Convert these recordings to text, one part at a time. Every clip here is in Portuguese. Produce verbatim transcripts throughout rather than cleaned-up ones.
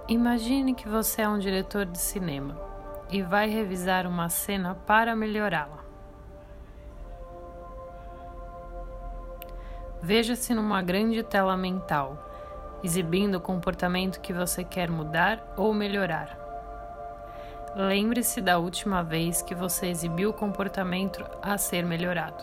Imagine que você é um diretor de cinema e vai revisar uma cena para melhorá-la. Veja-se numa grande tela mental, exibindo o comportamento que você quer mudar ou melhorar. Lembre-se da última vez que você exibiu o comportamento a ser melhorado.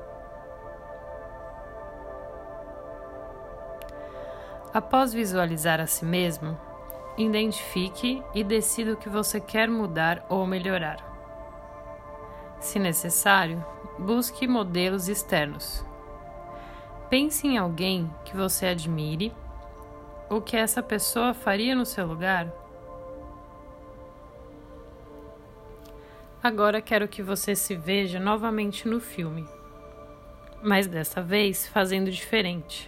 Após visualizar a si mesmo, identifique e decida o que você quer mudar ou melhorar. Se necessário, busque modelos externos. Pense em alguém que você admire ou que essa pessoa faria no seu lugar. Agora quero que você se veja novamente no filme, mas dessa vez fazendo diferente.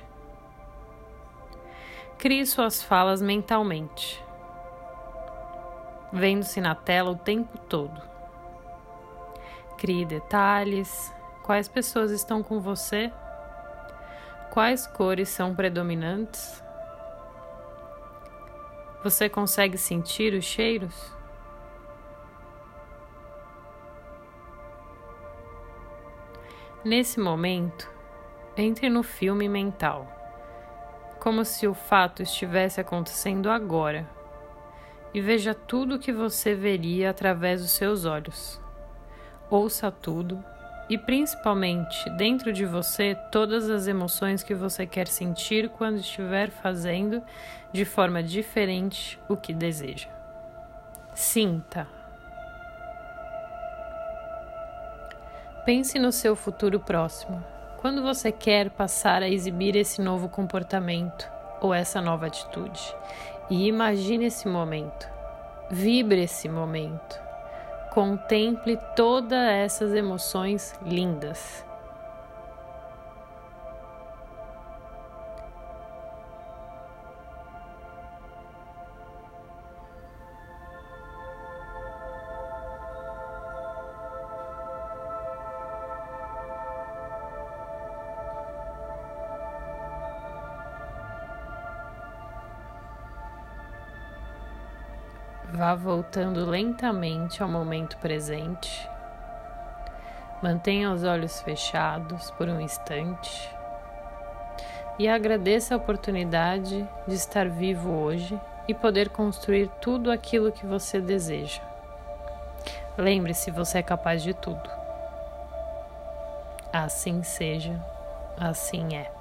Crie suas falas mentalmente, vendo-se na tela o tempo todo. Crie detalhes, quais pessoas estão com você, quais cores são predominantes. Você consegue sentir os cheiros? Nesse momento, entre no filme mental, como se o fato estivesse acontecendo agora, e veja tudo o que você veria através dos seus olhos. Ouça tudo e, principalmente, dentro de você, todas as emoções que você quer sentir quando estiver fazendo de forma diferente o que deseja. Sinta. Pense no seu futuro próximo. Quando você quer passar a exibir esse novo comportamento ou essa nova atitude, e imagine esse momento, vibre esse momento, contemple todas essas emoções lindas. Vá voltando lentamente ao momento presente. Mantenha os olhos fechados por um instante e agradeça a oportunidade de estar vivo hoje e poder construir tudo aquilo que você deseja. Lembre-se, você é capaz de tudo. Assim seja, assim é.